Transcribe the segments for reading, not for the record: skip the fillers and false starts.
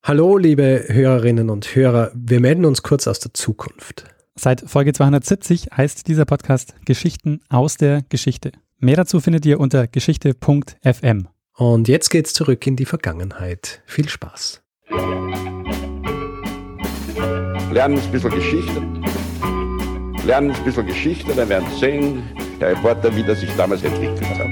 Hallo, liebe Hörerinnen und Hörer, wir melden uns kurz aus der Zukunft. Seit Folge 270 heißt dieser Podcast Geschichten aus der Geschichte. Mehr dazu findet ihr unter geschichte.fm. Und jetzt geht's zurück in die Vergangenheit. Viel Spaß. Lernen ein bisschen Geschichte. Lernen ein bisschen Geschichte, dann werden Sie sehen, Herr Reporter, wie das sich damals entwickelt hat.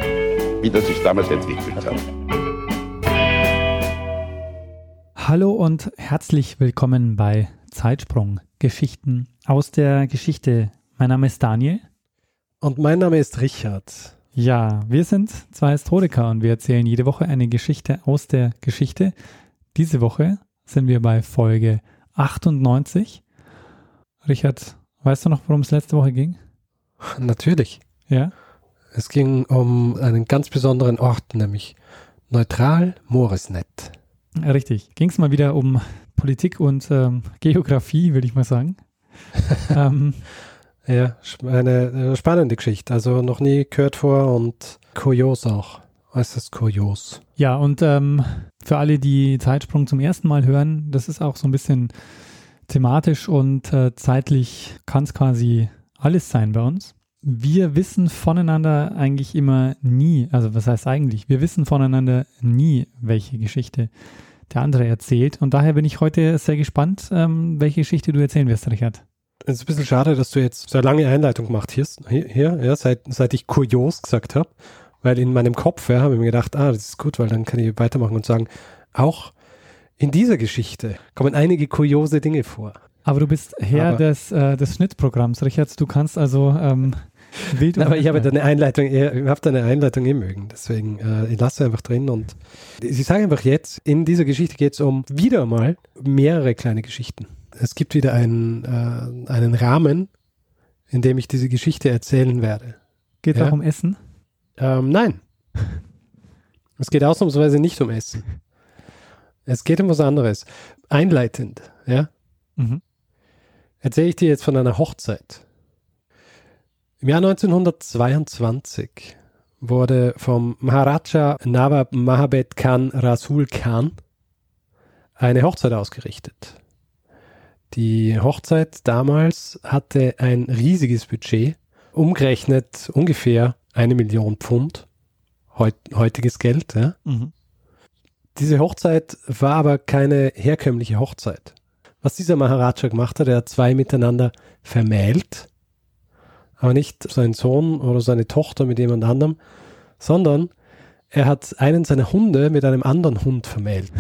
Hallo und herzlich willkommen bei Zeitsprung, Geschichten aus der Geschichte. Mein Name ist Daniel. Und mein Name ist Richard. Ja, wir sind zwei Historiker und wir erzählen jede Woche eine Geschichte aus der Geschichte. Diese Woche sind wir bei Folge 98. Richard, weißt du noch, worum es letzte Woche ging? Natürlich. Ja? Es ging um einen ganz besonderen Ort, nämlich Neutral-Moresnet. Richtig. Ging es mal wieder um Politik und Geografie, würde ich mal sagen. Ja, eine spannende Geschichte. Also noch nie gehört vor und kurios auch. Äußerst kurios. Ja, und für alle, die Zeitsprung zum ersten Mal hören, das ist auch so ein bisschen thematisch und zeitlich kann es quasi alles sein bei uns. Wir wissen voneinander eigentlich immer nie, also was heißt eigentlich, wir wissen voneinander nie, welche Geschichte der andere erzählt. Und daher bin ich heute sehr gespannt, welche Geschichte du erzählen wirst, Richard. Es ist ein bisschen schade, dass du jetzt so eine lange Einleitung gemacht hast, hier, seit ich kurios gesagt habe, weil in meinem Kopf habe ich mir gedacht, das ist gut, weil dann kann ich weitermachen und sagen, auch in dieser Geschichte kommen einige kuriose Dinge vor. Aber du bist Herr des Schnittprogramms, Richard. Du kannst also wild. Aber ich habe deine Einleitung, mögen. Deswegen, ich lasse einfach drin und ich sage einfach jetzt, in dieser Geschichte geht es um wieder mal mehrere kleine Geschichten. Es gibt wieder einen Rahmen, in dem ich diese Geschichte erzählen werde. Geht es auch um Essen? Nein. Es geht ausnahmsweise nicht um Essen. Es geht um was anderes. Einleitend, ja. Mhm. Erzähle ich dir jetzt von einer Hochzeit. Im Jahr 1922 wurde vom Maharaja Nawab Mahabed Khan Rasul Khan eine Hochzeit ausgerichtet. Die Hochzeit damals hatte ein riesiges Budget, umgerechnet ungefähr 1 Million Pfund, heutiges Geld. Ja. Mhm. Diese Hochzeit war aber keine herkömmliche Hochzeit. Was dieser Maharaja gemacht hat, er hat 2 miteinander vermählt, aber nicht seinen Sohn oder seine Tochter mit jemand anderem, sondern er hat einen seiner Hunde mit einem anderen Hund vermählt.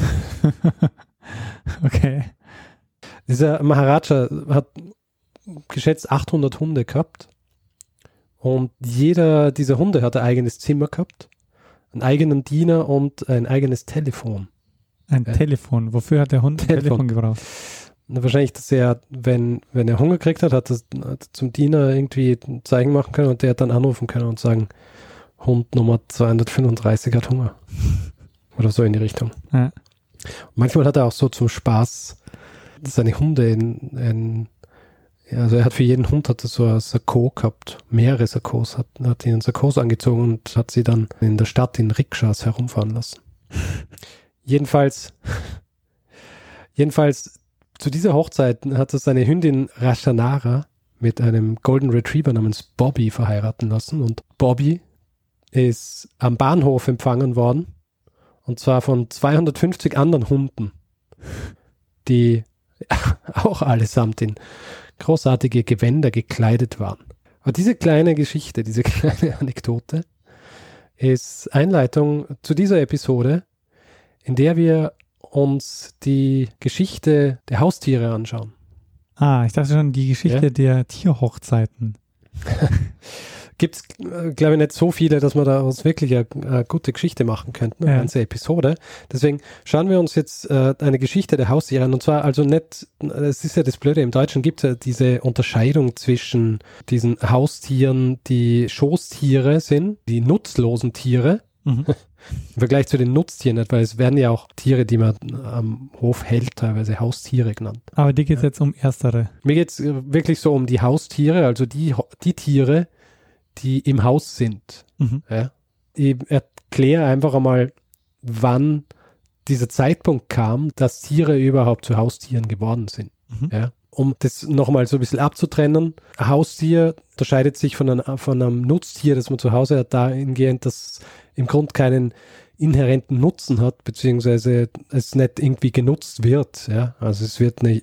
Okay. Dieser Maharaja hat geschätzt 800 Hunde gehabt und jeder dieser Hunde hat ein eigenes Zimmer gehabt, einen eigenen Diener und ein eigenes Telefon. Ein Telefon. Wofür hat der Hund ein Telefon gebraucht? Wahrscheinlich, dass er, wenn er Hunger gekriegt hat zum Diener irgendwie ein Zeichen machen können und der hat dann anrufen können und sagen, Hund Nummer 235 hat Hunger. Oder so in die Richtung. Ja. Und manchmal hat er auch so zum Spaß seine Hunde also er hat für jeden Hund so ein Sakko gehabt, mehrere Sakkos, hat ihnen Sakkos angezogen und hat sie dann in der Stadt in Rikschas herumfahren lassen. Jedenfalls zu dieser Hochzeit hat er seine Hündin Rashanara mit einem Golden Retriever namens Bobby verheiraten lassen und Bobby ist am Bahnhof empfangen worden und zwar von 250 anderen Hunden, die auch allesamt in großartige Gewänder gekleidet waren. Aber diese kleine Geschichte, diese kleine Anekdote ist Einleitung zu dieser Episode, in der wir uns die Geschichte der Haustiere anschauen. Ich dachte schon, die Geschichte der Tierhochzeiten. Gibt es, glaube ich, nicht so viele, dass wir daraus wirklich eine gute Geschichte machen könnten, eine ganze Episode. Deswegen schauen wir uns jetzt eine Geschichte der Haustiere an. Und zwar also nicht, es ist ja das Blöde, im Deutschen gibt es ja diese Unterscheidung zwischen diesen Haustieren, die Schoßtiere sind, die nutzlosen Tiere. Mhm. Im Vergleich zu den Nutztieren nicht, weil es werden ja auch Tiere, die man am Hof hält, teilweise Haustiere genannt. Aber dir geht es jetzt um erstere. Mir geht es wirklich so um die Haustiere, also die Tiere, die im Haus sind. Mhm. Ja. Ich erkläre einfach einmal, wann dieser Zeitpunkt kam, dass Tiere überhaupt zu Haustieren geworden sind. Ja? Um das nochmal so ein bisschen abzutrennen, ein Haustier unterscheidet sich von einem Nutztier, das man zu Hause hat, dahingehend, dass es im Grunde keinen inhärenten Nutzen hat, beziehungsweise es nicht irgendwie genutzt wird. Ja? Also es wird nicht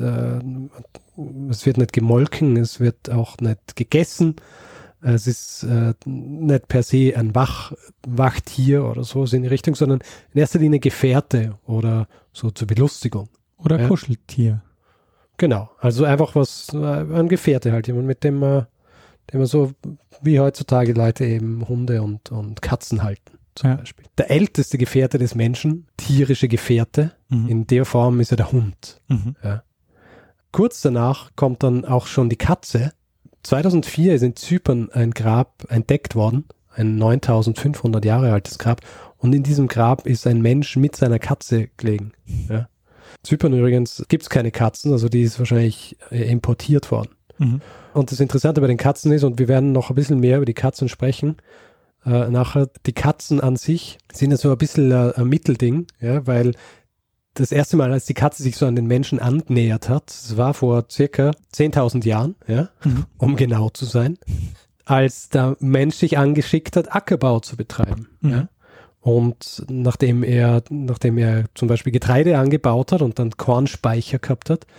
gemolken, es wird auch nicht gegessen. Es ist nicht per se ein Wachtier oder so in die Richtung, sondern in erster Linie Gefährte oder so zur Belustigung. Oder Kuscheltier. Genau, also einfach ein Gefährte halt, jemand, mit dem man so wie heutzutage Leute eben Hunde und Katzen halten. Zum Beispiel. Der älteste Gefährte des Menschen, tierische Gefährte, in der Form ist ja der Hund. Ja. Kurz danach kommt dann auch schon die Katze. 2004 ist in Zypern ein Grab entdeckt worden, ein 9500 Jahre altes Grab, und in diesem Grab ist ein Mensch mit seiner Katze gelegen. Ja. Zypern übrigens gibt es keine Katzen, also die ist wahrscheinlich importiert worden. Und das Interessante bei den Katzen ist, und wir werden noch ein bisschen mehr über die Katzen sprechen, nachher, die Katzen an sich sind ja so ein bisschen ein Mittelding, ja, weil das erste Mal, als die Katze sich so an den Menschen angenähert hat, das war vor circa 10.000 Jahren, ja, um genau zu sein, als der Mensch sich angeschickt hat, Ackerbau zu betreiben. Ja. Und nachdem er zum Beispiel Getreide angebaut hat und dann Kornspeicher gehabt hat,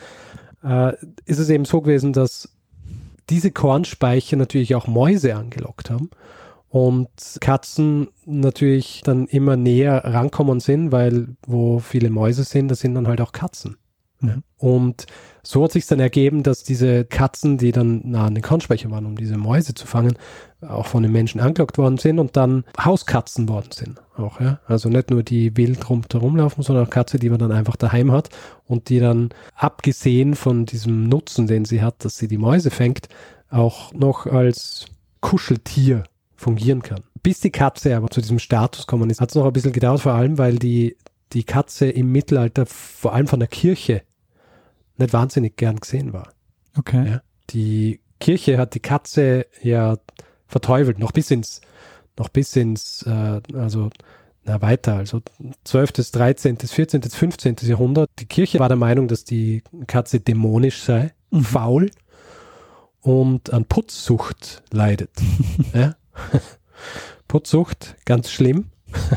ist es eben so gewesen, dass diese Kornspeicher natürlich auch Mäuse angelockt haben. Und Katzen natürlich dann immer näher rankommen sind, weil wo viele Mäuse sind, da sind dann halt auch Katzen. Und so hat sich dann ergeben, dass diese Katzen, die dann nah an den Kornspeicher waren, um diese Mäuse zu fangen, auch von den Menschen angelockt worden sind und dann Hauskatzen worden sind. Auch, ja? Also nicht nur die wild rumlaufen, sondern auch Katze, die man dann einfach daheim hat und die dann, abgesehen von diesem Nutzen, den sie hat, dass sie die Mäuse fängt, auch noch als Kuscheltier fungieren kann. Bis die Katze aber zu diesem Status gekommen ist, hat es noch ein bisschen gedauert, vor allem, weil die Katze im Mittelalter vor allem von der Kirche nicht wahnsinnig gern gesehen war. Okay. Ja, die Kirche hat die Katze ja verteufelt, noch bis ins weiter, also 12., 13., 14., 15. Jahrhundert. Die Kirche war der Meinung, dass die Katze dämonisch sei, faul und an Putzsucht leidet. Ja? Putzsucht, ganz schlimm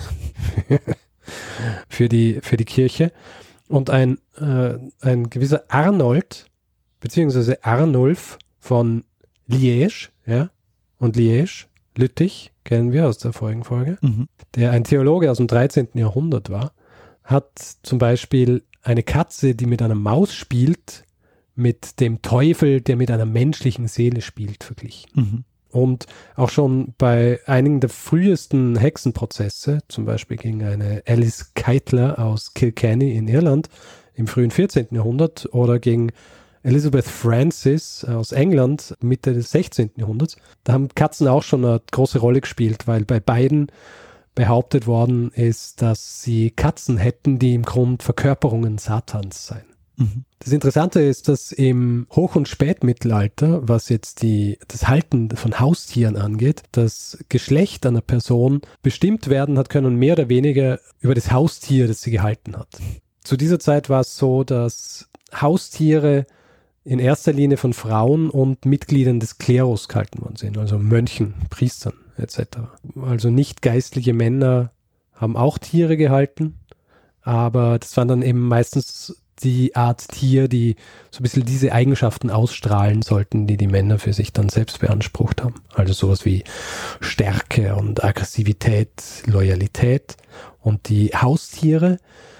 für die Kirche. Und ein gewisser Arnold, beziehungsweise Arnulf von Liège, ja, und Liège, Lüttich, kennen wir aus der vorigen Folge, der ein Theologe aus dem 13. Jahrhundert war, hat zum Beispiel eine Katze, die mit einer Maus spielt, mit dem Teufel, der mit einer menschlichen Seele spielt, verglichen. Und auch schon bei einigen der frühesten Hexenprozesse, zum Beispiel gegen eine Alice Keitler aus Kilkenny in Irland im frühen 14. Jahrhundert oder gegen Elizabeth Francis aus England Mitte des 16. Jahrhunderts, da haben Katzen auch schon eine große Rolle gespielt, weil bei beiden behauptet worden ist, dass sie Katzen hätten, die im Grunde Verkörperungen Satans seien. Das Interessante ist, dass im Hoch- und Spätmittelalter, was jetzt das Halten von Haustieren angeht, das Geschlecht einer Person bestimmt werden hat können, mehr oder weniger über das Haustier, das sie gehalten hat. Zu dieser Zeit war es so, dass Haustiere in erster Linie von Frauen und Mitgliedern des Klerus gehalten worden sind, also Mönchen, Priestern etc. Also nicht geistliche Männer haben auch Tiere gehalten, aber das waren dann eben meistens die Art Tier, die so ein bisschen diese Eigenschaften ausstrahlen sollten, die die Männer für sich dann selbst beansprucht haben. Also sowas wie Stärke und Aggressivität, Loyalität. Und die Haustiere,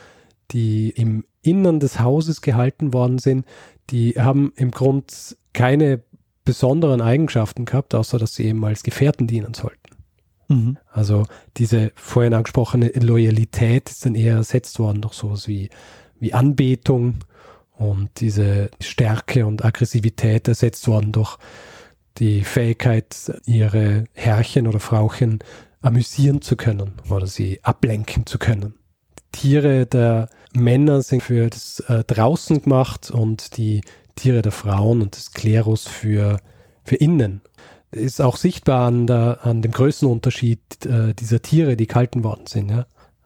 die im Innern des Hauses gehalten worden sind, die haben im Grund keine besonderen Eigenschaften gehabt, außer dass sie eben als Gefährten dienen sollten. Also diese vorhin angesprochene Loyalität ist dann eher ersetzt worden durch sowas wie Anbetung, und diese Stärke und Aggressivität ersetzt worden durch die Fähigkeit, ihre Herrchen oder Frauchen amüsieren zu können oder sie ablenken zu können. Die Tiere der Männer sind für das Draußen gemacht und die Tiere der Frauen und des Klerus für innen. Ist auch sichtbar an dem Größenunterschied dieser Tiere, die gehalten worden sind. Ja?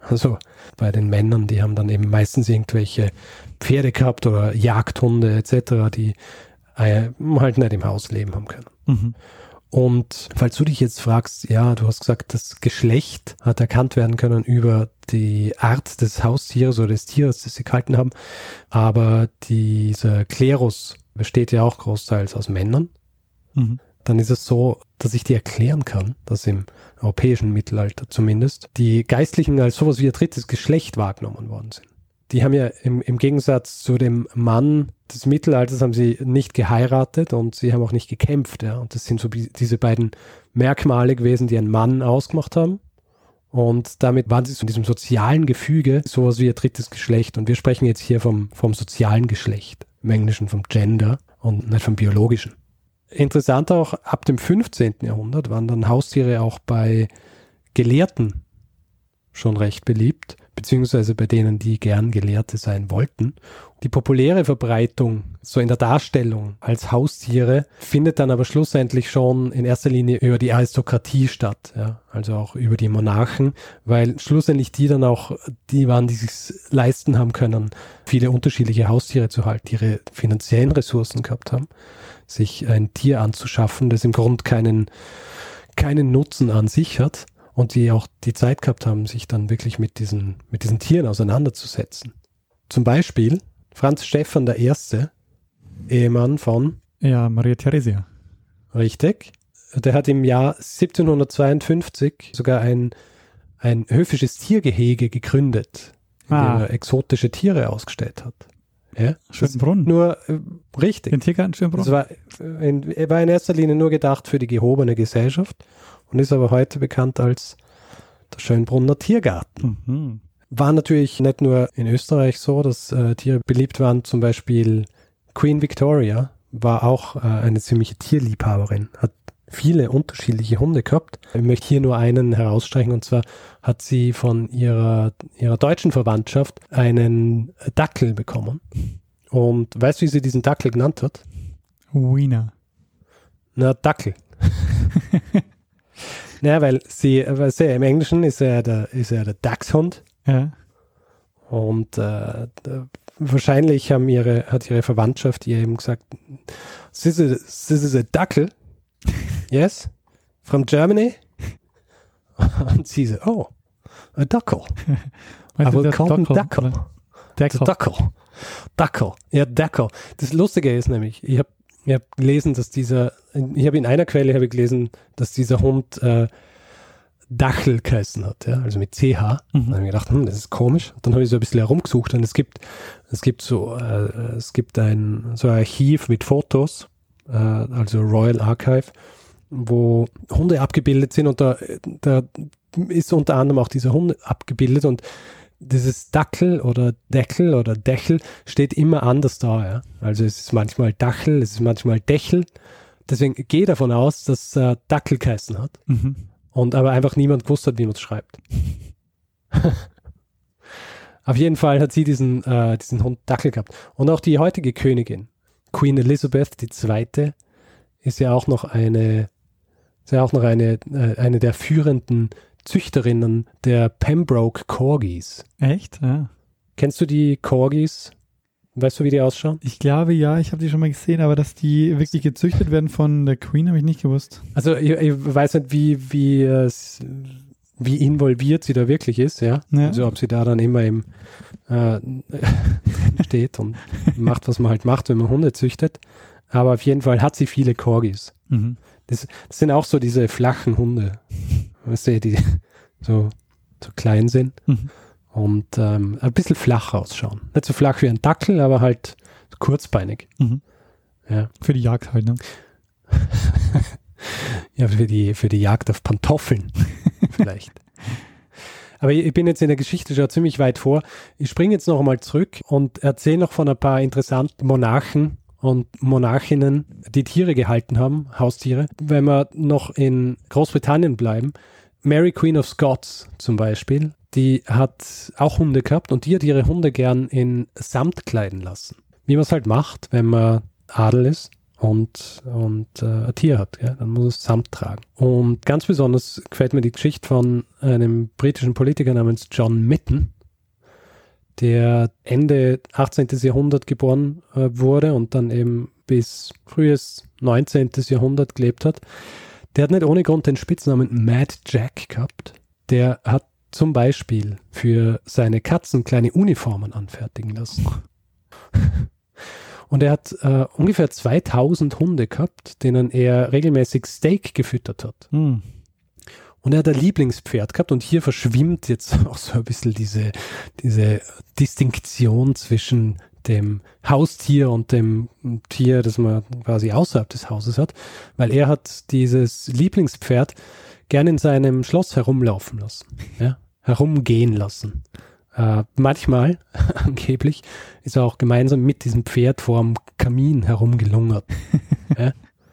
Also bei den Männern, die haben dann eben meistens irgendwelche Pferde gehabt oder Jagdhunde etc., die halt nicht im Haus leben haben können. Mhm. Und falls du dich jetzt fragst, ja, du hast gesagt, das Geschlecht hat erkannt werden können über die Art des Haustieres oder des Tieres, das sie gehalten haben, aber dieser Klerus besteht ja auch großteils aus Männern. Mhm. Dann ist es so, dass ich dir erklären kann, dass im europäischen Mittelalter zumindest die Geistlichen als sowas wie ein drittes Geschlecht wahrgenommen worden sind. Die haben ja im Gegensatz zu dem Mann des Mittelalters haben sie nicht geheiratet und sie haben auch nicht gekämpft. Ja? Und das sind so diese beiden Merkmale gewesen, die einen Mann ausgemacht haben. Und damit waren sie so in diesem sozialen Gefüge sowas wie ein drittes Geschlecht. Und wir sprechen jetzt hier vom sozialen Geschlecht, im Englischen vom Gender und nicht vom biologischen. Interessant auch, ab dem 15. Jahrhundert waren dann Haustiere auch bei Gelehrten schon recht beliebt, beziehungsweise bei denen, die gern Gelehrte sein wollten. Die populäre Verbreitung, so in der Darstellung als Haustiere, findet dann aber schlussendlich schon in erster Linie über die Aristokratie statt, ja, also auch über die Monarchen, weil schlussendlich die dann auch die waren, die sich leisten haben können, viele unterschiedliche Haustiere zu halten, die ihre finanziellen Ressourcen gehabt haben, sich ein Tier anzuschaffen, das im Grunde keinen Nutzen an sich hat. Und die auch die Zeit gehabt haben, sich dann wirklich mit diesen Tieren auseinanderzusetzen. Zum Beispiel Franz Stephan I., Ehemann von... Ja, Maria Theresia. Richtig. Der hat im Jahr 1752 sogar ein höfisches Tiergehege gegründet, in dem er exotische Tiere ausgestellt hat. Ja? Schönbrunn. Nur, richtig. Den Tiergarten Schönbrunn. Das war in erster Linie nur gedacht für die gehobene Gesellschaft. Und ist aber heute bekannt als der Schönbrunner Tiergarten. Mhm. War natürlich nicht nur in Österreich so, dass Tiere beliebt waren. Zum Beispiel Queen Victoria war auch eine ziemliche Tierliebhaberin, hat viele unterschiedliche Hunde gehabt. Ich möchte hier nur einen herausstreichen, und zwar hat sie von ihrer deutschen Verwandtschaft einen Dackel bekommen. Und weißt du, wie sie diesen Dackel genannt hat? Wiener. Na, Dackel. Naja, weil im Englischen ist er der Dachshund. Ja. Und wahrscheinlich hat ihre Verwandtschaft ihr eben gesagt, this is a Dackel. Yes? From Germany? Und sie so, oh, a Dackel. I will call him Dackel. Dackel. Ja, Dackel. Das Lustige ist nämlich, ich habe gelesen, dass in einer Quelle gelesen, dass dieser Hund Dachel geheißen hat, ja, also mit CH. Dann habe ich gedacht, das ist komisch. Und dann habe ich so ein bisschen herumgesucht und es gibt ein Archiv mit Fotos, also Royal Archive, wo Hunde abgebildet sind und da ist unter anderem auch dieser Hund abgebildet und dieses Dackel oder Deckel oder Dechel steht immer anders da. Ja? Also es ist manchmal Dachel, es ist manchmal Dechel. Deswegen gehe ich davon aus, dass Dackel geheißen hat. Mhm. Und aber einfach niemand gewusst hat, wie man es schreibt. Auf jeden Fall hat sie diesen Hund Dackel gehabt. Und auch die heutige Königin, Queen Elizabeth II., ist ja auch noch eine der führenden Züchterinnen der Pembroke Corgis. Echt? Ja. Kennst du die Corgis? Weißt du, wie die ausschauen? Ich glaube, ja, ich habe die schon mal gesehen, aber dass die wirklich gezüchtet werden von der Queen, habe ich nicht gewusst. Also ich weiß nicht, wie involviert sie da wirklich ist, ja. Also ob sie da dann immer steht und macht, was man halt macht, wenn man Hunde züchtet. Aber auf jeden Fall hat sie viele Corgis. Mhm. Das sind auch so diese flachen Hunde, weißt du, die so klein sind. Mhm. Und ein bisschen flach ausschauen. Nicht so flach wie ein Dackel, aber halt kurzbeinig. Mhm. Ja. Für die Jagd halt, ne? Ja, für die Jagd auf Pantoffeln vielleicht. Aber ich bin jetzt in der Geschichte schon ziemlich weit vor. Ich springe jetzt noch einmal zurück und erzähle noch von ein paar interessanten Monarchen und Monarchinnen, die Tiere gehalten haben, Haustiere. Wenn wir noch in Großbritannien bleiben, Mary Queen of Scots zum Beispiel, die hat auch Hunde gehabt und die hat ihre Hunde gern in Samt kleiden lassen. Wie man es halt macht, wenn man Adel ist und ein Tier hat, ja, dann muss es Samt tragen. Und ganz besonders gefällt mir die Geschichte von einem britischen Politiker namens John Mitton, der Ende 18. Jahrhundert geboren wurde und dann eben bis frühes 19. Jahrhundert gelebt hat. Der hat nicht ohne Grund den Spitznamen Mad Jack gehabt. Der hat zum Beispiel für seine Katzen kleine Uniformen anfertigen lassen. Und er hat ungefähr 2000 Hunde gehabt, denen er regelmäßig Steak gefüttert hat. Hm. Und er hat ein Lieblingspferd gehabt und hier verschwimmt jetzt auch so ein bisschen diese Distinktion zwischen dem Haustier und dem Tier, das man quasi außerhalb des Hauses hat, weil er hat dieses Lieblingspferd gern in seinem Schloss herumlaufen lassen, ja, herumgehen lassen. Manchmal, angeblich, ist er auch gemeinsam mit diesem Pferd vor dem Kamin herumgelungert. Ja.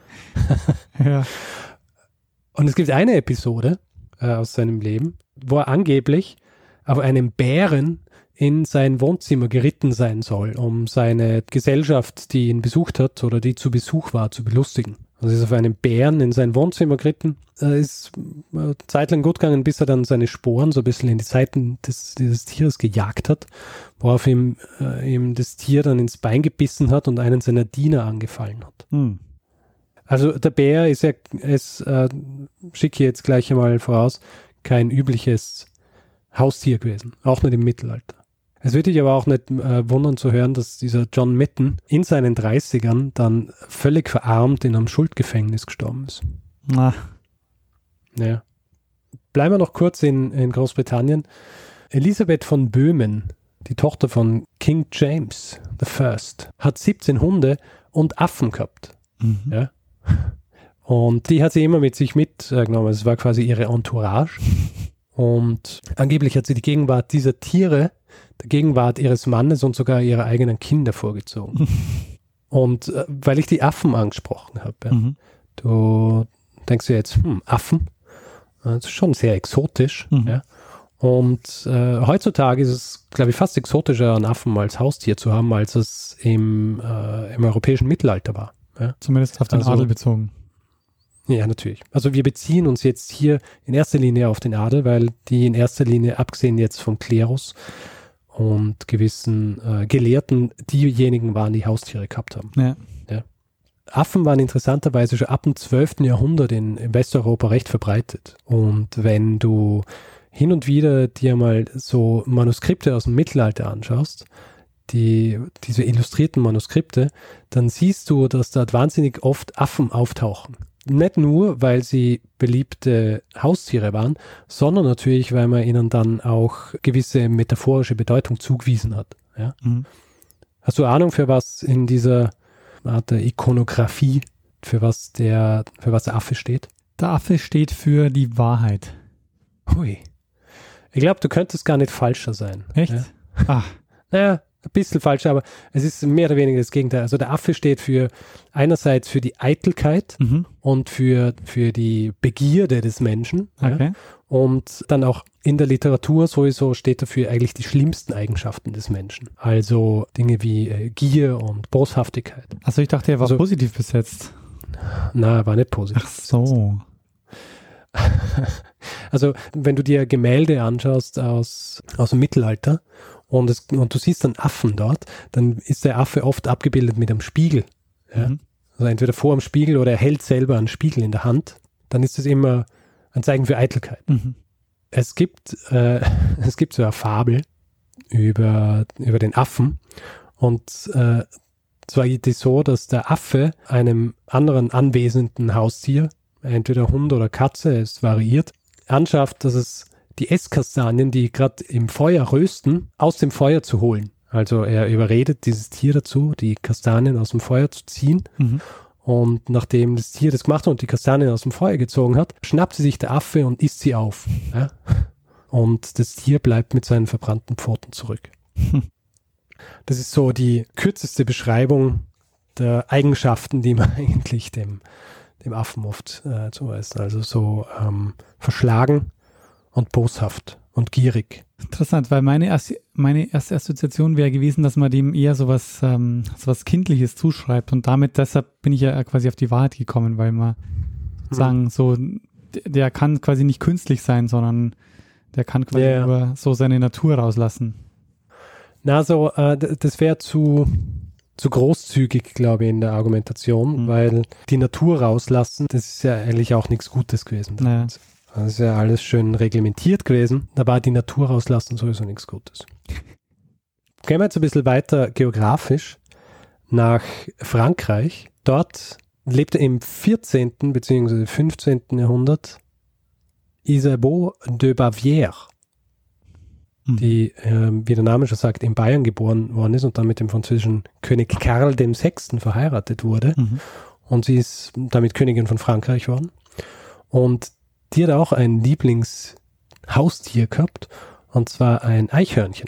Ja. Und es gibt eine Episode aus seinem Leben, wo er angeblich auf einem Bären in sein Wohnzimmer geritten sein soll, um seine Gesellschaft, die ihn besucht hat oder die zu Besuch war, zu belustigen. Also ist auf einem Bären in sein Wohnzimmer geritten. Ist eine Zeit lang gut gegangen, bis er dann seine Sporen so ein bisschen in die Seiten dieses Tieres gejagt hat, worauf ihm das Tier dann ins Bein gebissen hat und einen seiner Diener angefallen hat. Hm. Also der Bär ist schicke ich jetzt gleich einmal voraus, kein übliches Haustier gewesen, auch nicht im Mittelalter. Es würde dich aber auch nicht wundern zu hören, dass dieser John Mitton in seinen 30ern dann völlig verarmt in einem Schuldgefängnis gestorben ist. Na. Ja. Bleiben wir noch kurz in Großbritannien. Elisabeth von Böhmen, die Tochter von King James I, hat 17 Hunde und Affen gehabt. Mhm. Ja. Und die hat sie immer mit sich mitgenommen. Es war quasi ihre Entourage. Und angeblich hat sie die Gegenwart dieser Tiere, der Gegenwart ihres Mannes und sogar ihrer eigenen Kinder vorgezogen. Und weil ich die Affen angesprochen habe, ja, du denkst dir jetzt, Affen, das ist schon sehr exotisch. Ja. Und heutzutage ist es, glaube ich, fast exotischer, einen Affen als Haustier zu haben, als es im europäischen Mittelalter war. Ja. Zumindest auf den Adel bezogen. Ja, natürlich. Also wir beziehen uns jetzt hier in erster Linie auf den Adel, weil die in erster Linie, abgesehen jetzt vom Klerus und gewissen Gelehrten, diejenigen waren, die Haustiere gehabt haben. Ja. Ja. Affen waren interessanterweise schon ab dem 12. Jahrhundert in Westeuropa recht verbreitet. Und wenn du hin und wieder dir mal so Manuskripte aus dem Mittelalter anschaust, diese illustrierten Manuskripte, dann siehst du, dass dort wahnsinnig oft Affen auftauchen. Nicht nur, weil sie beliebte Haustiere waren, sondern natürlich, weil man ihnen dann auch gewisse metaphorische Bedeutung zugewiesen hat. Ja? Hast du Ahnung, für was in dieser Art der Ikonografie, für was der Affe steht? Der Affe steht für die Wahrheit. Hui. Ich glaube, du könntest gar nicht falscher sein. Echt? Ja? Ach. Naja, ein bisschen falsch, aber es ist mehr oder weniger das Gegenteil. Also der Affe steht einerseits für die Eitelkeit und für die Begierde des Menschen. Okay. Ja? Und dann auch in der Literatur sowieso steht dafür eigentlich die schlimmsten Eigenschaften des Menschen. Also Dinge wie Gier und Boshaftigkeit. Also ich dachte, er war positiv besetzt. Na, er war nicht positiv. Ach so. Also wenn du dir Gemälde anschaust aus dem Mittelalter, und du siehst einen Affen dort, dann ist der Affe oft abgebildet mit einem Spiegel. Ja? Also entweder vor dem Spiegel oder er hält selber einen Spiegel in der Hand. Dann ist es immer ein Zeichen für Eitelkeit. Es gibt so eine Fabel über den Affen. Und zwar geht es so, dass der Affe einem anderen anwesenden Haustier, entweder Hund oder Katze, es variiert, anschafft, dass es die Esskastanien, die gerade im Feuer rösten, aus dem Feuer zu holen. Also er überredet dieses Tier dazu, die Kastanien aus dem Feuer zu ziehen. Und nachdem das Tier das gemacht hat und die Kastanien aus dem Feuer gezogen hat, schnappt sie sich der Affe und isst sie auf. Ja? Und das Tier bleibt mit seinen verbrannten Pfoten zurück. Das ist so die kürzeste Beschreibung der Eigenschaften, die man eigentlich dem Affen oft zuweist. Also so verschlagen und boshaft. und gierig. Interessant, weil meine erste Assoziation wäre gewesen, dass man dem eher sowas Kindliches zuschreibt und deshalb bin ich ja quasi auf die Wahrheit gekommen, weil man sagen, so, der kann quasi nicht künstlich sein, sondern der kann quasi nur so seine Natur rauslassen. Na, so, das wäre zu großzügig, glaube ich, in der Argumentation, weil die Natur rauslassen, das ist ja eigentlich auch nichts Gutes gewesen. Naja. Das ist ja alles schön reglementiert gewesen, da war die Natur rauslassen sowieso nichts Gutes. Gehen wir jetzt ein bisschen weiter geografisch nach Frankreich. Dort lebte im 14. bzw. 15. Jahrhundert Isabeau de Bavière, die, wie der Name schon sagt, in Bayern geboren worden ist und dann mit dem französischen König Karl VI. Verheiratet wurde. Und sie ist damit Königin von Frankreich geworden. Und die hat auch ein Lieblingshaustier gehabt, und zwar ein Eichhörnchen.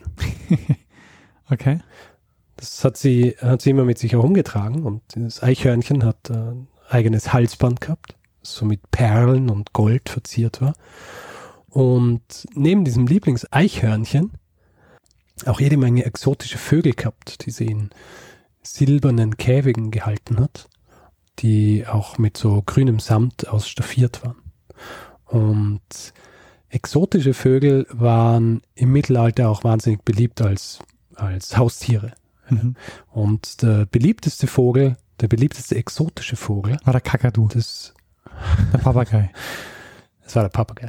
Okay. Das hat sie immer mit sich herumgetragen, und das Eichhörnchen hat ein eigenes Halsband gehabt, das so mit Perlen und Gold verziert war. Und neben diesem Lieblingseichhörnchen auch jede Menge exotische Vögel gehabt, die sie in silbernen Käfigen gehalten hat, die auch mit so grünem Samt ausstaffiert waren. Und exotische Vögel waren im Mittelalter auch wahnsinnig beliebt als Haustiere. Und der beliebteste exotische Vogel war der Kakadu. Der Papagei. Das war der Papagei.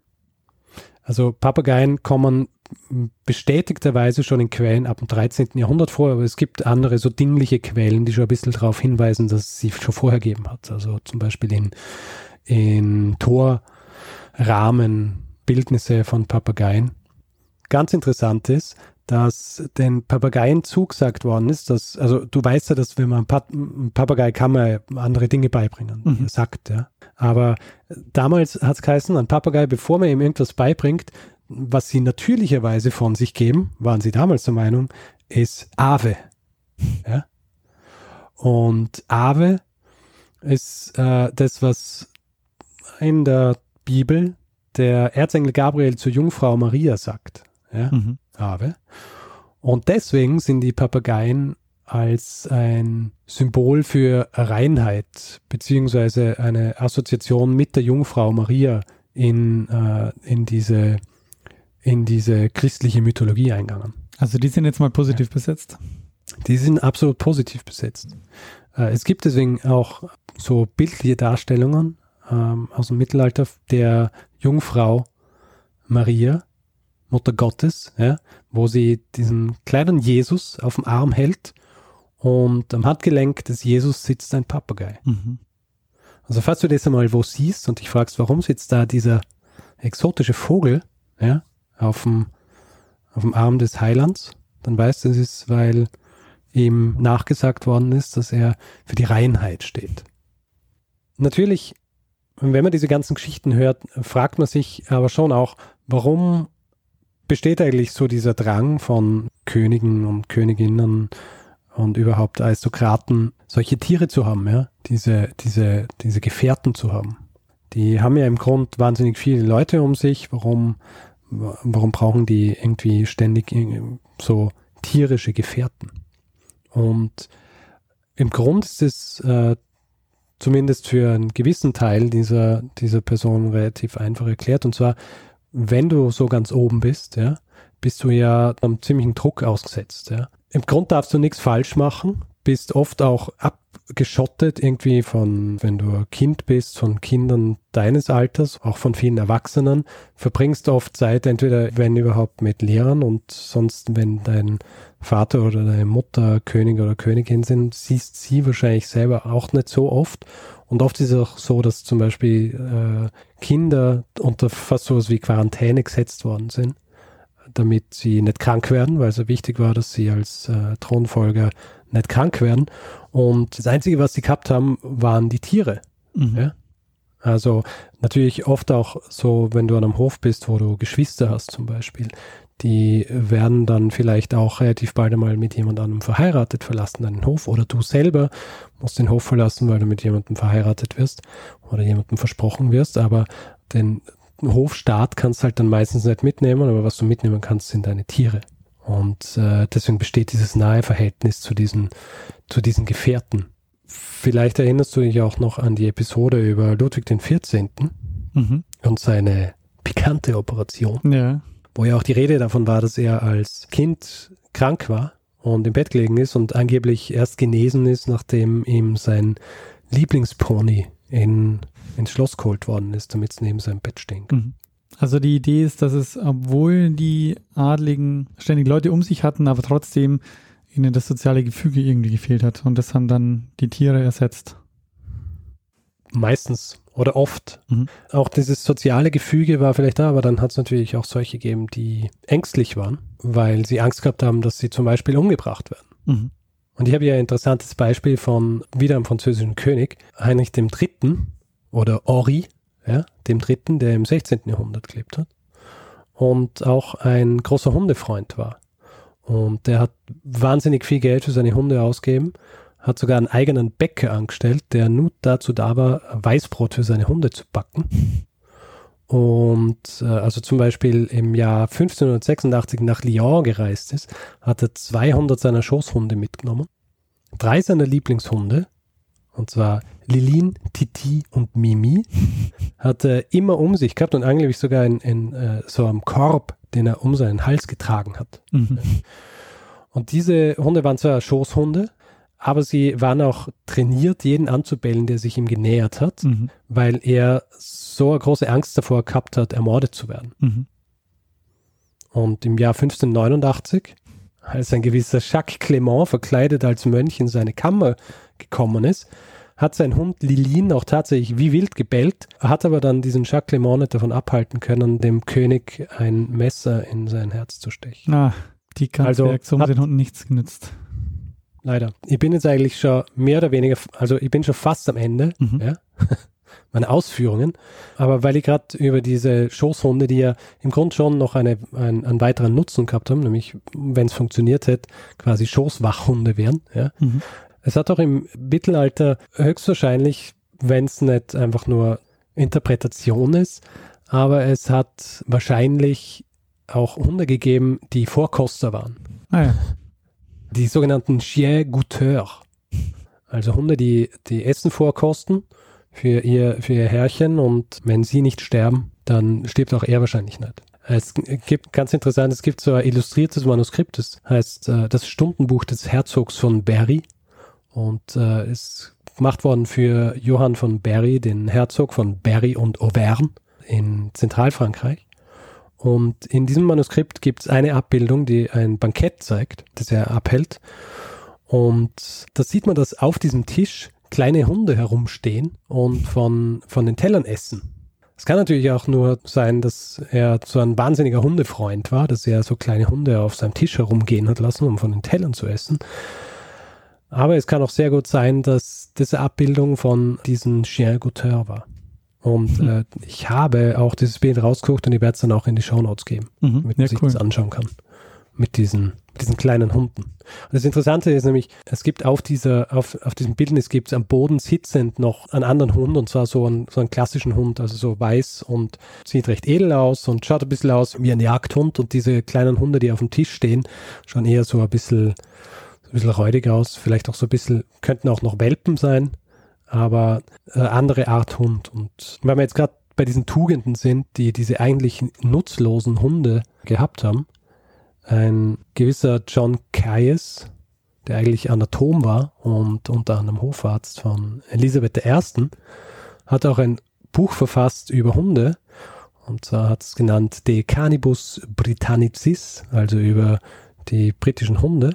Also Papageien kommen bestätigterweise schon in Quellen ab dem 13. Jahrhundert vor, aber es gibt andere so dingliche Quellen, die schon ein bisschen darauf hinweisen, dass es sie schon vorher gegeben hat. Also zum Beispiel in Torrahmen Bildnisse von Papageien. Ganz interessant ist, dass den Papageien zugesagt worden ist, also du weißt ja, dass wenn man einem Papagei kann man andere Dinge beibringen, wie er sagt, ja. Aber damals hat es geheißen, ein Papagei, bevor man ihm irgendwas beibringt, was sie natürlicherweise von sich geben, waren sie damals der Meinung, ist Ave. Ja? Und Ave ist das, was in der Bibel der Erzengel Gabriel zur Jungfrau Maria sagt. Ja? Ave. Und deswegen sind die Papageien als ein Symbol für Reinheit beziehungsweise eine Assoziation mit der Jungfrau Maria in diese christliche Mythologie eingegangen. Also die sind jetzt mal positiv besetzt? Die sind absolut positiv besetzt. Es gibt deswegen auch so bildliche Darstellungen aus dem Mittelalter der Jungfrau Maria, Mutter Gottes, ja, wo sie diesen kleinen Jesus auf dem Arm hält und am Handgelenk des Jesus sitzt ein Papagei. Also falls du das einmal wo siehst und dich fragst, warum sitzt da dieser exotische Vogel, ja, auf dem Arm des Heilands, dann weißt du, es ist, weil ihm nachgesagt worden ist, dass er für die Reinheit steht. Natürlich, wenn man diese ganzen Geschichten hört, fragt man sich aber schon auch, warum besteht eigentlich so dieser Drang von Königen und Königinnen und überhaupt Aristokraten, solche Tiere zu haben, ja, diese Gefährten zu haben. Die haben ja im Grund wahnsinnig viele Leute um sich. Warum brauchen die irgendwie ständig so tierische Gefährten? Und im Grund ist es zumindest für einen gewissen Teil dieser Person relativ einfach erklärt. Und zwar, wenn du so ganz oben bist, ja, bist du ja einem ziemlichen Druck ausgesetzt. Ja. Im Grund darfst du nichts falsch machen, bist oft auch abgeschottet irgendwie von, wenn du Kind bist, von Kindern deines Alters, auch von vielen Erwachsenen, verbringst oft Zeit, entweder wenn überhaupt mit Lehrern und sonst, wenn dein Vater oder deine Mutter König oder Königin sind, siehst sie wahrscheinlich selber auch nicht so oft. Und oft ist es auch so, dass zum Beispiel Kinder unter fast sowas wie Quarantäne gesetzt worden sind, damit sie nicht krank werden, weil es ja wichtig war, dass sie als Thronfolger nicht krank werden. Und das Einzige, was sie gehabt haben, waren die Tiere. Ja? Also natürlich oft auch so, wenn du an einem Hof bist, wo du Geschwister hast zum Beispiel, die werden dann vielleicht auch relativ bald einmal mit jemand anderem verheiratet, verlassen deinen Hof, oder du selber musst den Hof verlassen, weil du mit jemandem verheiratet wirst oder jemandem versprochen wirst, aber Hofstaat kannst halt dann meistens nicht mitnehmen, aber was du mitnehmen kannst, sind deine Tiere. Und deswegen besteht dieses nahe Verhältnis zu diesen Gefährten. Vielleicht erinnerst du dich auch noch an die Episode über Ludwig XIV. Und seine pikante Operation, wo ja auch die Rede davon war, dass er als Kind krank war und im Bett gelegen ist und angeblich erst genesen ist, nachdem ihm sein Lieblingspony ins Schloss geholt worden ist, damit es neben seinem Bett stehen kann. Also die Idee ist, dass es, obwohl die Adligen ständig Leute um sich hatten, aber trotzdem ihnen das soziale Gefüge irgendwie gefehlt hat. Und das haben dann die Tiere ersetzt. Meistens oder oft. Auch dieses soziale Gefüge war vielleicht da, aber dann hat es natürlich auch solche gegeben, die ängstlich waren, weil sie Angst gehabt haben, dass sie zum Beispiel umgebracht werden. Und ich habe hier ein interessantes Beispiel von wieder einem französischen König, Heinrich III. Oder Henri, dem Dritten, der im 16. Jahrhundert gelebt hat und auch ein großer Hundefreund war. Und der hat wahnsinnig viel Geld für seine Hunde ausgegeben, hat sogar einen eigenen Bäcker angestellt, der nur dazu da war, Weißbrot für seine Hunde zu backen. Und also zum Beispiel im Jahr 1586 nach Lyon gereist ist, hat er 200 seiner Schoßhunde mitgenommen. 3 seiner Lieblingshunde, und zwar Liline, Titi und Mimi, hat er immer um sich gehabt und angeblich sogar in so einem Korb, den er um seinen Hals getragen hat. Und diese Hunde waren zwar Schoßhunde, aber sie waren auch trainiert, jeden anzubellen, der sich ihm genähert hat, weil er so eine große Angst davor gehabt hat, ermordet zu werden. Und im Jahr 1589, als ein gewisser Jacques Clément verkleidet als Mönch in seine Kammer gekommen ist, hat sein Hund Liline auch tatsächlich wie wild gebellt, hat aber dann diesen Jacques Clément nicht davon abhalten können, dem König ein Messer in sein Herz zu stechen. Die ganze Reaktion hat den Hunden nichts genützt. Leider. Ich bin jetzt eigentlich schon mehr oder weniger, also ich bin schon fast am Ende, meine Ausführungen, aber weil ich gerade über diese Schoßhunde, die ja im Grunde schon noch einen weiteren Nutzen gehabt haben, nämlich, wenn es funktioniert hätte, quasi Schoßwachhunde wären, Es hat auch im Mittelalter höchstwahrscheinlich, wenn es nicht einfach nur Interpretation ist, aber es hat wahrscheinlich auch Hunde gegeben, die Vorkoster waren. Die sogenannten Chiens Goûteurs. Also Hunde, die Essen vorkosten für ihr Herrchen und wenn sie nicht sterben, dann stirbt auch er wahrscheinlich nicht. Es gibt, ganz interessant, es gibt so ein illustriertes Manuskript, das heißt das Stundenbuch des Herzogs von Berry und ist gemacht worden für Johann von Berry, den Herzog von Berry und Auvergne in Zentralfrankreich. Und in diesem Manuskript gibt es eine Abbildung, die ein Bankett zeigt, das er abhält. Und da sieht man, dass auf diesem Tisch kleine Hunde herumstehen und von den Tellern essen. Es kann natürlich auch nur sein, dass er so ein wahnsinniger Hundefreund war, dass er so kleine Hunde auf seinem Tisch herumgehen hat lassen, um von den Tellern zu essen. Aber es kann auch sehr gut sein, dass diese Abbildung von diesen Chien Goûteurs war. Und ich habe auch dieses Bild rausgeguckt und ich werde es dann auch in die Shownotes geben, damit man sich das anschauen kann. Mit diesen kleinen Hunden. Und das Interessante ist nämlich, es gibt auf diesem Bildnis gibt es am Boden sitzend noch einen anderen Hund, und zwar so einen klassischen Hund, also so weiß und sieht recht edel aus und schaut ein bisschen aus wie ein Jagdhund, und diese kleinen Hunde, die auf dem Tisch stehen, schauen eher so ein bisschen räudig aus, vielleicht auch so ein bisschen, könnten auch noch Welpen sein, aber andere Art Hund. Und wenn wir jetzt gerade bei diesen Tugenden sind, die diese eigentlich nutzlosen Hunde gehabt haben, ein gewisser John Caius, der eigentlich Anatom war und unter anderem Hofarzt von Elisabeth I., hat auch ein Buch verfasst über Hunde, und zwar hat es genannt De Canibus Britannicis, also über die britischen Hunde.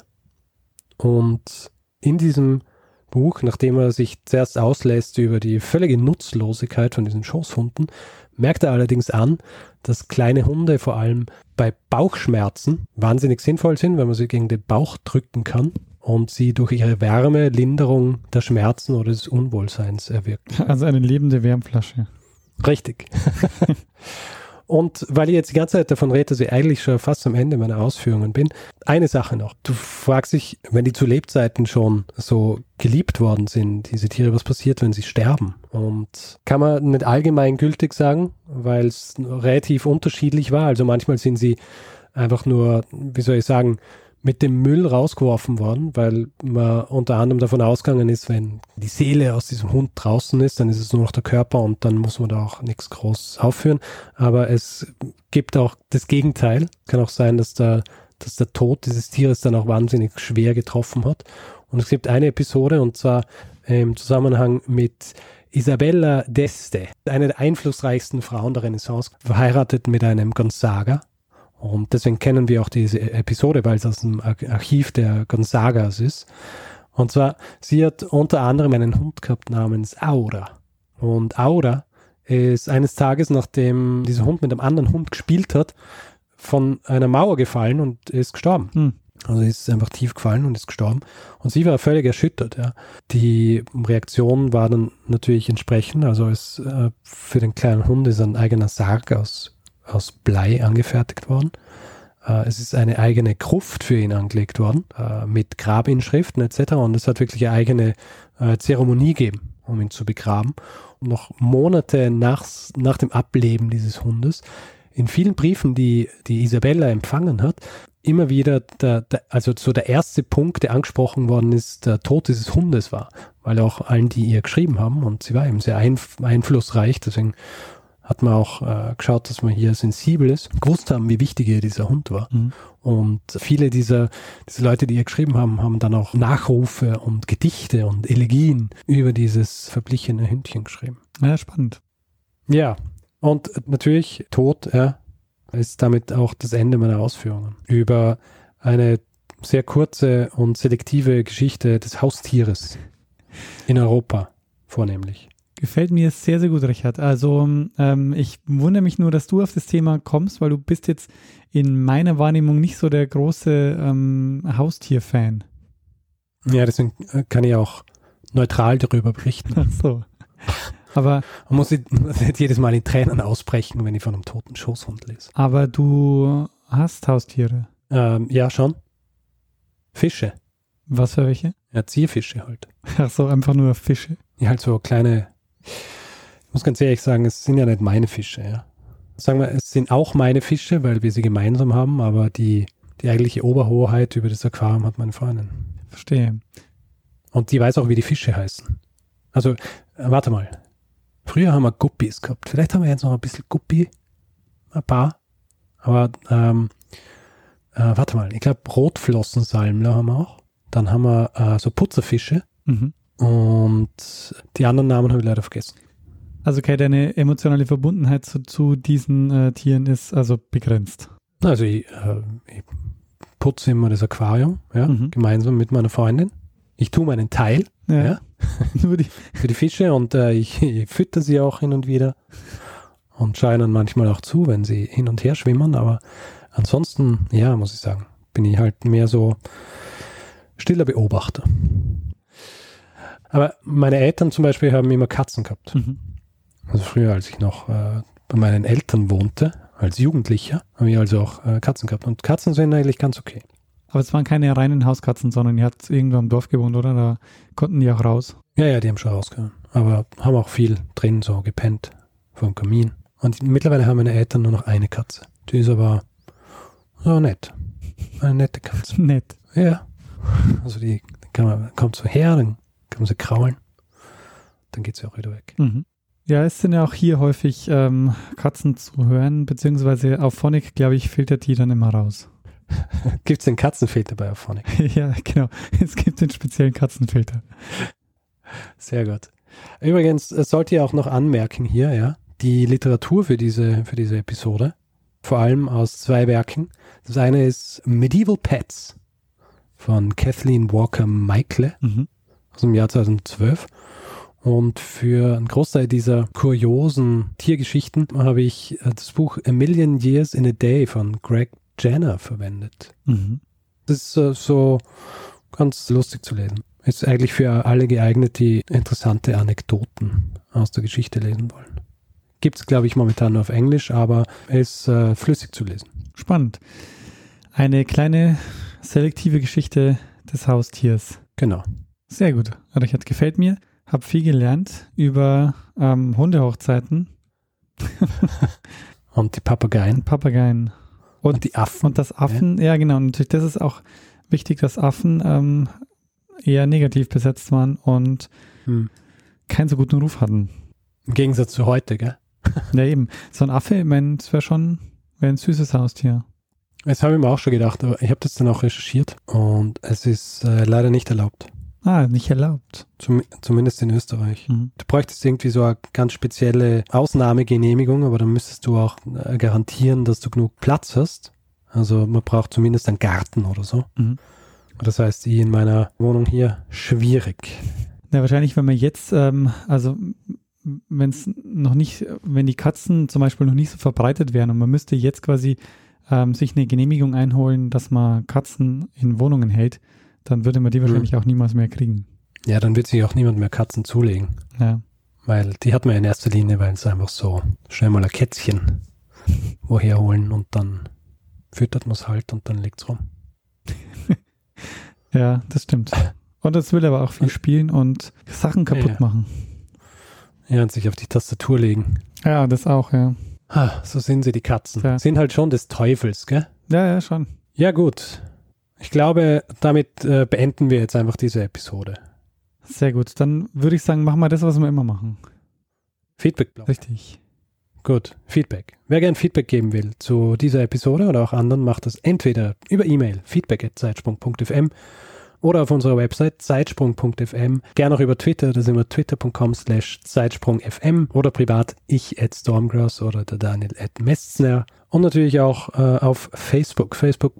Und in diesem Buch, nachdem er sich zuerst auslässt über die völlige Nutzlosigkeit von diesen Schoßhunden, merkt er allerdings an, dass kleine Hunde vor allem bei Bauchschmerzen wahnsinnig sinnvoll sind, wenn man sie gegen den Bauch drücken kann und sie durch ihre Wärme Linderung der Schmerzen oder des Unwohlseins erwirken. Also eine lebende Wärmflasche. Richtig. Und weil ich jetzt die ganze Zeit davon rede, dass ich eigentlich schon fast am Ende meiner Ausführungen bin, eine Sache noch. Du fragst dich, wenn die zu Lebzeiten schon so geliebt worden sind, diese Tiere, was passiert, wenn sie sterben? Und kann man nicht allgemein gültig sagen, weil es relativ unterschiedlich war. Also manchmal sind sie einfach nur, wie soll ich sagen, mit dem Müll rausgeworfen worden, weil man unter anderem davon ausgegangen ist, wenn die Seele aus diesem Hund draußen ist, dann ist es nur noch der Körper und dann muss man da auch nichts groß aufführen. Aber es gibt auch das Gegenteil. Kann auch sein, dass der Tod dieses Tieres dann auch wahnsinnig schwer getroffen hat. Und es gibt eine Episode, und zwar im Zusammenhang mit Isabella d'Este, eine der einflussreichsten Frauen der Renaissance, verheiratet mit einem Gonzaga. Und deswegen kennen wir auch diese Episode, weil es aus dem Archiv der Gonzagas ist. Und zwar, sie hat unter anderem einen Hund gehabt namens Aura. Und Aura ist eines Tages, nachdem dieser Hund mit einem anderen Hund gespielt hat, von einer Mauer gefallen und ist gestorben. Also ist einfach tief gefallen und ist gestorben. Und sie war völlig erschüttert. Ja. Die Reaktion war dann natürlich entsprechend. Also für den kleinen Hund ist ein eigener Sarg aus Blei angefertigt worden. Es ist eine eigene Gruft für ihn angelegt worden, mit Grabinschriften etc. Und es hat wirklich eine eigene Zeremonie gegeben, um ihn zu begraben. Und noch Monate nach dem Ableben dieses Hundes, in vielen Briefen, die Isabella empfangen hat, immer wieder also so der erste Punkt, der angesprochen worden ist, der Tod dieses Hundes war. Weil auch allen, die ihr geschrieben haben, und sie war eben sehr einflussreich, deswegen hat man auch geschaut, dass man hier sensibel ist, gewusst haben, wie wichtig ihr dieser Hund war. Und viele dieser Leute, die ihr geschrieben haben, haben dann auch Nachrufe und Gedichte und Elegien über dieses verblichene Hündchen geschrieben. Ja, spannend. Ja, und natürlich Tod ist damit auch das Ende meiner Ausführungen über eine sehr kurze und selektive Geschichte des Haustieres in Europa vornehmlich. Gefällt mir sehr, sehr gut, Richard. Also ich wundere mich nur, dass du auf das Thema kommst, weil du bist jetzt in meiner Wahrnehmung nicht so der große Haustier-Fan. Ja, deswegen kann ich auch neutral darüber berichten. Ach so. Aber man muss nicht jedes Mal in Tränen ausbrechen, wenn ich von einem toten Schoßhund lese. Aber du hast Haustiere? Ja, schon. Fische. Was für welche? Ja, Zierfische halt. Ach so, einfach nur Fische? Ja, halt so kleine, ich muss ganz ehrlich sagen, es sind ja nicht meine Fische, ja. Sagen wir, es sind auch meine Fische, weil wir sie gemeinsam haben, aber die eigentliche Oberhoheit über das Aquarium hat meine Freundin. Verstehe. Und die weiß auch, wie die Fische heißen. Also, warte mal. Früher haben wir Guppies gehabt. Vielleicht haben wir jetzt noch ein bisschen Guppi. Ein paar. Aber, warte mal. Ich glaube, Rotflossensalmler haben wir auch. Dann haben wir so Putzerfische. Und die anderen Namen habe ich leider vergessen. Also okay, deine emotionale Verbundenheit zu diesen Tieren ist also begrenzt. Also ich putze immer das Aquarium, ja, gemeinsam mit meiner Freundin. Ich tue meinen Teil, ja. Nur für die Fische, und ich fütter sie auch hin und wieder und schaue ihnen manchmal auch zu, wenn sie hin und her schwimmen. Aber ansonsten, ja, muss ich sagen, bin ich halt mehr so stiller Beobachter. Aber meine Eltern zum Beispiel haben immer Katzen gehabt. Also früher, als ich noch bei meinen Eltern wohnte, als Jugendlicher, habe ich also auch Katzen gehabt. Und Katzen sind eigentlich ganz okay. Aber es waren keine reinen Hauskatzen, sondern ihr habt irgendwo im Dorf gewohnt, oder? Da konnten die auch raus? Ja, die haben schon rausgehört. Aber haben auch viel drin so gepennt, vor dem Kamin. Und mittlerweile haben meine Eltern nur noch eine Katze. Die ist aber so nett. Eine nette Katze. Nett. Ja. Also die kommt so her, dann kann man sie kraulen. Dann geht sie auch wieder weg. Ja, es sind ja auch hier häufig Katzen zu hören, beziehungsweise auf Phonic, glaube ich, filtert die dann immer raus. Gibt es den Katzenfilter bei Auphonic? Ja, genau. Es gibt den speziellen Katzenfilter. Sehr gut. Übrigens sollte ich auch noch anmerken hier, ja, die Literatur für diese Episode, vor allem aus 2 Werken. Das eine ist Medieval Pets von Kathleen Walker Meikle aus dem Jahr 2012. Und für einen Großteil dieser kuriosen Tiergeschichten habe ich das Buch A Million Years in a Day von Greg Jenner verwendet. Das ist so ganz lustig zu lesen. Ist eigentlich für alle geeignet, die interessante Anekdoten aus der Geschichte lesen wollen. Gibt es, glaube ich, momentan nur auf Englisch, aber ist flüssig zu lesen. Spannend. Eine kleine selektive Geschichte des Haustiers. Genau. Sehr gut. Richard, gefällt mir. Hab viel gelernt über Hundehochzeiten. Und die Papageien. Papageien. Und die Affen. Und das Affen, ja genau. Natürlich, das ist auch wichtig, dass Affen eher negativ besetzt waren und keinen so guten Ruf hatten. Im Gegensatz zu heute, gell? Ja eben. So ein Affe, ich meine, das wäre ein süßes Haustier. Das habe ich mir auch schon gedacht, aber ich habe das dann auch recherchiert und es ist leider nicht erlaubt. Nicht erlaubt. Zumindest in Österreich. Du bräuchtest irgendwie so eine ganz spezielle Ausnahmegenehmigung, aber dann müsstest du auch garantieren, dass du genug Platz hast. Also man braucht zumindest einen Garten oder so. Das heißt, ich in meiner Wohnung hier schwierig. Ja, wahrscheinlich, wenn man jetzt, wenn die Katzen zum Beispiel noch nicht so verbreitet wären und man müsste jetzt quasi sich eine Genehmigung einholen, dass man Katzen in Wohnungen hält, dann würde man die wahrscheinlich auch niemals mehr kriegen. Ja, dann wird sich auch niemand mehr Katzen zulegen. Ja. Weil die hat man in erster Linie, weil es einfach so schnell mal ein Kätzchen woher holen und dann füttert man es halt und dann liegt es rum. Ja, das stimmt. Und das will aber auch viel spielen und Sachen kaputt machen. Ja, und sich auf die Tastatur legen. Ja, das auch, ja. So sind sie, die Katzen. Ja. Sind halt schon des Teufels, gell? Ja, schon. Ja, gut. Ich glaube, damit beenden wir jetzt einfach diese Episode. Sehr gut. Dann würde ich sagen, machen wir das, was wir immer machen. Feedback-Blog. Richtig. Gut, Feedback. Wer gern Feedback geben will zu dieser Episode oder auch anderen, macht das entweder über E-Mail feedback@zeitsprung.fm oder auf unserer Website zeitsprung.fm. Gerne auch über Twitter, da sind wir twitter.com/zeitsprungfm oder privat ich@stormgrass oder der Daniel @Messner und natürlich auch auf Facebook,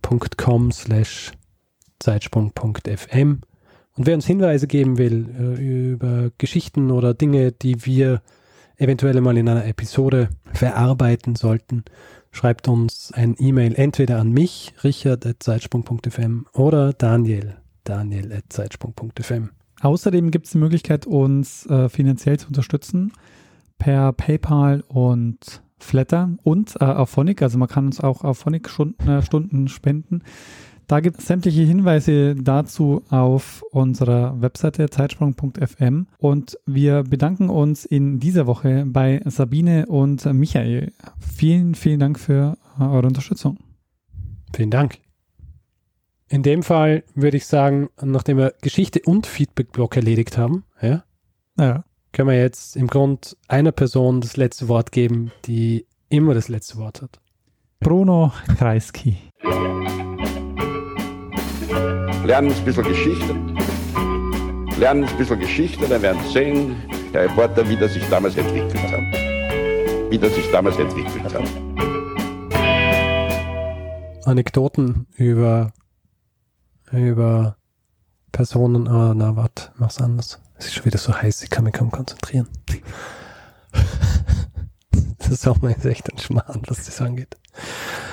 facebook.com/zeitsprung.fm. Und wer uns Hinweise geben will über Geschichten oder Dinge, die wir eventuell mal in einer Episode verarbeiten sollten, schreibt uns ein E-Mail entweder an mich, richard@zeitsprung.fm oder Daniel@zeitsprung.fm. Außerdem gibt es die Möglichkeit, uns finanziell zu unterstützen per PayPal und Flatter und auf Phonic. Also man kann uns auch auf Phonic Stunden spenden. Da gibt es sämtliche Hinweise dazu auf unserer Webseite zeitsprung.fm und wir bedanken uns in dieser Woche bei Sabine und Michael. Vielen, vielen Dank für eure Unterstützung. Vielen Dank. In dem Fall würde ich sagen, nachdem wir Geschichte und Feedback-Block erledigt haben, ja, können wir jetzt im Grunde einer Person das letzte Wort geben, die immer das letzte Wort hat. Bruno Kreisky. Lernen ein bisschen Geschichte. Lernen ein bisschen Geschichte, dann werden Sie sehen, Herr Reporter, wie das sich damals entwickelt hat. Anekdoten über Personen, mach's anders. Es ist schon wieder so heiß, ich kann mich kaum konzentrieren. Das ist auch mal echt ein Schmarrn, was das angeht.